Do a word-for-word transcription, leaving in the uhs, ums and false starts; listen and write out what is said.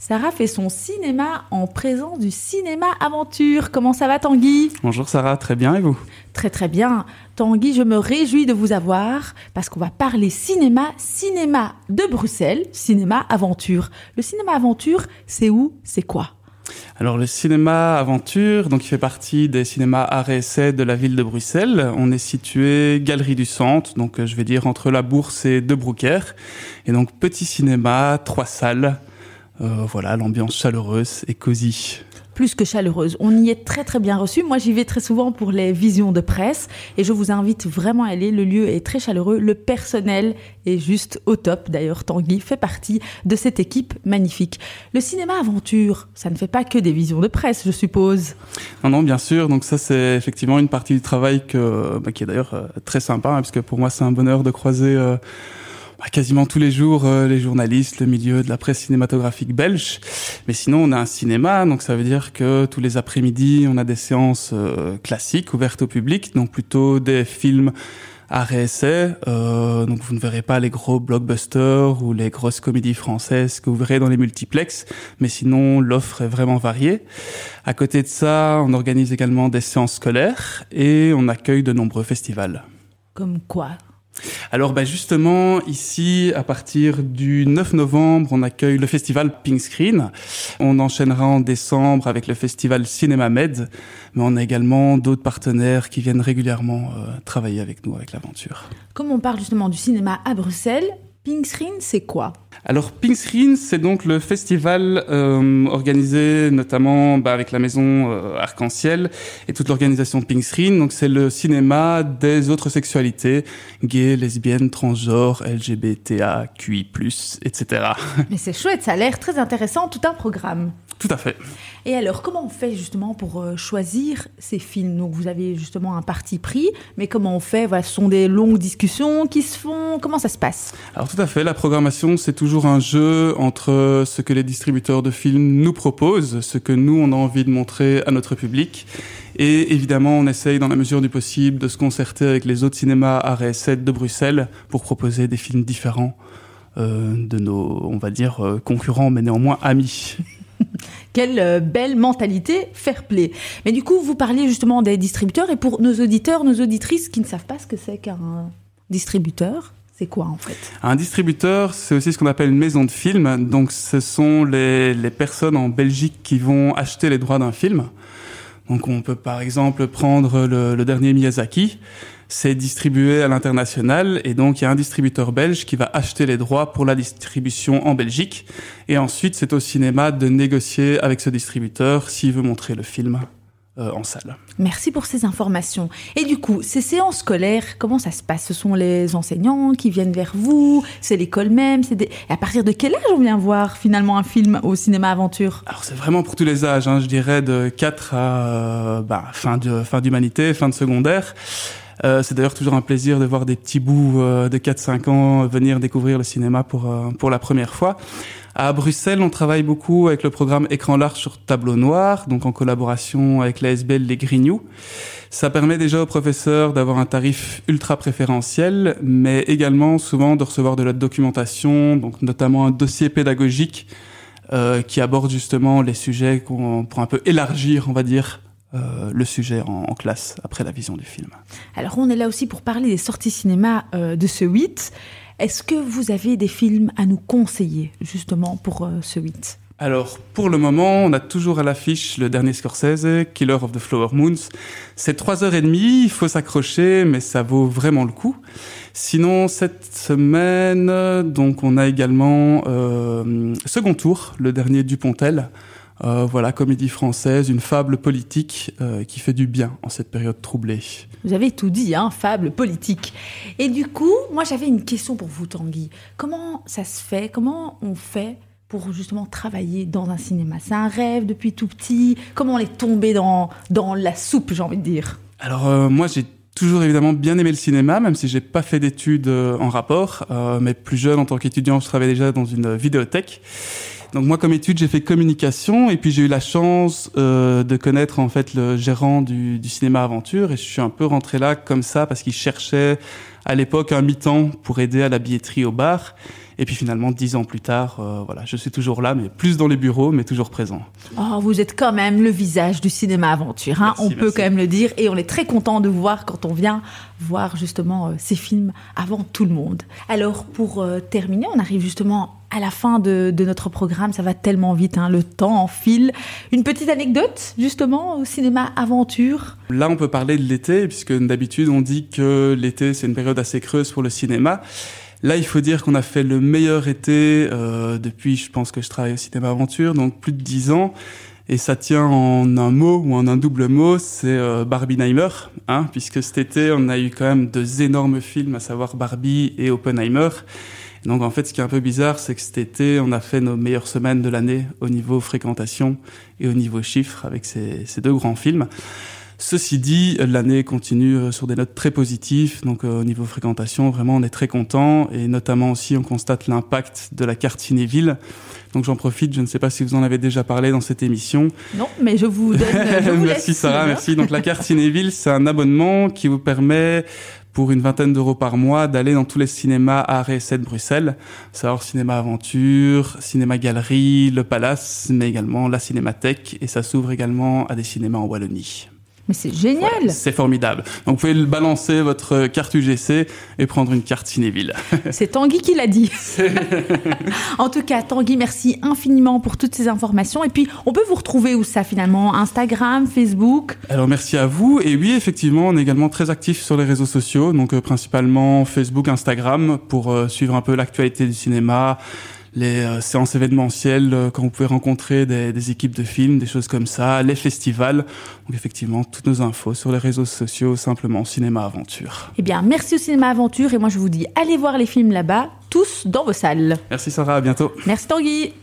Sarah fait son cinéma en présence du cinéma aventure. Comment ça va, Tanguy ? Bonjour Sarah, très bien et vous ? Très très bien. Tanguy, je me réjouis de vous avoir parce qu'on va parler cinéma, cinéma de Bruxelles, cinéma aventure. Le cinéma aventure, c'est où ? C'est quoi ? Alors le cinéma aventure, donc il fait partie des cinémas art et essai de la ville de Bruxelles. On est situé Galerie du Centre, donc je vais dire entre la Bourse et De Broekère. Et donc petit cinéma, trois salles. Euh, voilà, l'ambiance chaleureuse et cosy. Plus que chaleureuse. On y est très très bien reçu. Moi, j'y vais très souvent pour les visions de presse et je vous invite vraiment à aller. Le lieu est très chaleureux. Le personnel est juste au top. D'ailleurs, Tanguy fait partie de cette équipe magnifique. Le cinéma aventure, ça ne fait pas que des visions de presse, je suppose. Non, non, bien sûr. Donc ça, c'est effectivement une partie du travail que, bah, qui est d'ailleurs euh, très sympa, hein, parce que pour moi, c'est un bonheur de croiser euh, quasiment tous les jours euh, les journalistes, le milieu de la presse cinématographique belge. Mais sinon, on a un cinéma, donc ça veut dire que tous les après-midi, on a des séances euh, classiques ouvertes au public, donc plutôt des films art et essai. Euh, donc vous ne verrez pas les gros blockbusters ou les grosses comédies françaises que vous verrez dans les multiplexes, mais sinon l'offre est vraiment variée. À côté de ça, on organise également des séances scolaires et on accueille de nombreux festivals. Comme quoi ? Alors bah justement, ici, à partir du neuf novembre, on accueille le festival Pink Screen. On enchaînera en décembre avec le festival Cinéma Med, mais on a également d'autres partenaires qui viennent régulièrement euh, travailler avec nous, avec l'aventure. Comme on parle justement du cinéma à Bruxelles, Pink Screen, c'est quoi ? Alors Pink Screen, c'est donc le festival euh, organisé notamment bah, avec la maison euh, Arc-en-Ciel et toute l'organisation Pink Screen. Donc c'est le cinéma des autres sexualités, gays, lesbiennes, transgenres, L G B T A Q I plus, et cetera. Mais c'est chouette, ça a l'air très intéressant, tout un programme. Tout à fait. Et alors, comment on fait justement pour euh, choisir ces films ? Donc, vous avez justement un parti pris, mais comment on fait ? Voilà, ce sont des longues discussions qui se font. Comment ça se passe ? Alors, tout à fait. La programmation, c'est toujours un jeu entre ce que les distributeurs de films nous proposent, ce que nous, on a envie de montrer à notre public. Et évidemment, on essaye, dans la mesure du possible, de se concerter avec les autres cinémas art et essai de Bruxelles pour proposer des films différents euh, de nos, on va dire, euh, concurrents, mais néanmoins amis. Quelle euh, belle mentalité fair play. Mais du coup, vous parliez justement des distributeurs. Et pour nos auditeurs, nos auditrices qui ne savent pas ce que c'est qu'un distributeur, c'est quoi en fait ? Un distributeur, c'est aussi ce qu'on appelle une maison de film. Donc, ce sont les, les personnes en Belgique qui vont acheter les droits d'un film. Donc, on peut par exemple prendre le, le dernier Miyazaki. C'est distribué à l'international et donc il y a un distributeur belge qui va acheter les droits pour la distribution en Belgique. Et ensuite, c'est au cinéma de négocier avec ce distributeur s'il veut montrer le film euh, en salle. Merci pour ces informations. Et du coup, ces séances scolaires, comment ça se passe ? Ce sont les enseignants qui viennent vers vous ? C'est l'école même ? C'est des... Et à partir de quel âge on vient voir finalement un film au cinéma aventure ? Alors c'est vraiment pour tous les âges, hein, je dirais de quatre à euh, bah, fin, de, fin d'humanité, fin de secondaire. Euh, c'est d'ailleurs toujours un plaisir de voir des petits bouts euh, de quatre cinq ans venir découvrir le cinéma pour, euh, pour la première fois. À Bruxelles, on travaille beaucoup avec le programme Écran large sur tableau noir, donc en collaboration avec l'A S B L Les Grignoux. Ça permet déjà aux professeurs d'avoir un tarif ultra préférentiel, mais également souvent de recevoir de la documentation, donc notamment un dossier pédagogique euh, qui aborde justement les sujets qu'on, pour un peu élargir, on va dire, Euh, le sujet en, en classe après la vision du film. Alors on est là aussi pour parler des sorties cinéma euh, de ce huit. Est-ce que vous avez des films à nous conseiller justement pour euh, ce huit ? Alors pour le moment, on a toujours à l'affiche le dernier Scorsese, Killer of the Flower Moons. C'est trois heures et demie, il faut s'accrocher, mais ça vaut vraiment le coup. Sinon, cette semaine, donc on a également euh, Second Tour, le dernier Dupontel. Euh, voilà, comédie française, une fable politique euh, qui fait du bien en cette période troublée. Vous avez tout dit, hein, fable politique. Et du coup, moi j'avais une question pour vous, Tanguy. Comment ça se fait ? Comment on fait pour justement travailler dans un cinéma ? C'est un rêve depuis tout petit ? Comment on est tombé dans, dans la soupe, j'ai envie de dire ? Alors euh, moi j'ai toujours évidemment bien aimé le cinéma, même si j'ai pas fait d'études euh, en rapport. Euh, mais plus jeune, en tant qu'étudiant, je travaillais déjà dans une vidéothèque. Donc moi, comme étude, j'ai fait communication et puis j'ai eu la chance euh, de connaître en fait le gérant du, du cinéma aventure et je suis un peu rentré là comme ça parce qu'il cherchait à l'époque un mi-temps pour aider à la billetterie au bar. Et puis finalement, dix ans plus tard, euh, voilà, je suis toujours là, mais plus dans les bureaux, mais toujours présent. Oh, vous êtes quand même le visage du cinéma aventure, hein, merci, on peut merci. quand même le dire. Et on est très content de vous voir quand on vient voir justement euh, ces films avant tout le monde. Alors pour euh, terminer, on arrive justement à la fin de, de notre programme. Ça va tellement vite, hein, le temps en file. Une petite anecdote justement au cinéma aventure. Là, on peut parler de l'été, puisque d'habitude, on dit que l'été, c'est une période assez creuse pour le cinéma. Là, il faut dire qu'on a fait le meilleur été euh, depuis, je pense que je travaille au cinéma aventure, donc plus de dix ans. Et ça tient en un mot ou en un double mot, c'est euh, Barbenheimer, hein, puisque cet été, on a eu quand même deux énormes films, à savoir Barbie et Oppenheimer. Et donc en fait, ce qui est un peu bizarre, c'est que cet été, on a fait nos meilleures semaines de l'année au niveau fréquentation et au niveau chiffres avec ces, ces deux grands films. Ceci dit, l'année continue sur des notes très positives, donc euh, au niveau fréquentation, vraiment on est très content et notamment aussi on constate l'impact de la carte Cinéville. Donc j'en profite, je ne sais pas si vous en avez déjà parlé dans cette émission. Non, mais je vous donne, je vous Merci laisse. Sarah, merci. Donc la carte Cinéville, c'est un abonnement qui vous permet pour une vingtaine d'euros par mois d'aller dans tous les cinémas Art et Essai de Bruxelles, savoir Cinéma Aventure, Cinéma Galerie, Le Palace, mais également la Cinémathèque et ça s'ouvre également à des cinémas en Wallonie. Mais c'est génial. Voilà, c'est formidable. Donc vous pouvez balancer votre carte U G C et prendre une carte Cinéville. C'est Tanguy qui l'a dit. En tout cas, Tanguy, merci infiniment pour toutes ces informations. Et puis, on peut vous retrouver où ça finalement ? Instagram, Facebook ? Alors merci à vous. Et oui, effectivement, on est également très actifs sur les réseaux sociaux, donc euh, principalement Facebook, Instagram, pour euh, suivre un peu l'actualité du cinéma, les euh, séances événementielles, euh, quand vous pouvez rencontrer des, des équipes de films, des choses comme ça, les festivals. Donc effectivement, toutes nos infos sur les réseaux sociaux, simplement Cinéma Aventure. Eh bien, merci au Cinéma Aventure. Et moi, je vous dis, allez voir les films là-bas, tous dans vos salles. Merci Sarah, à bientôt. Merci Tanguy.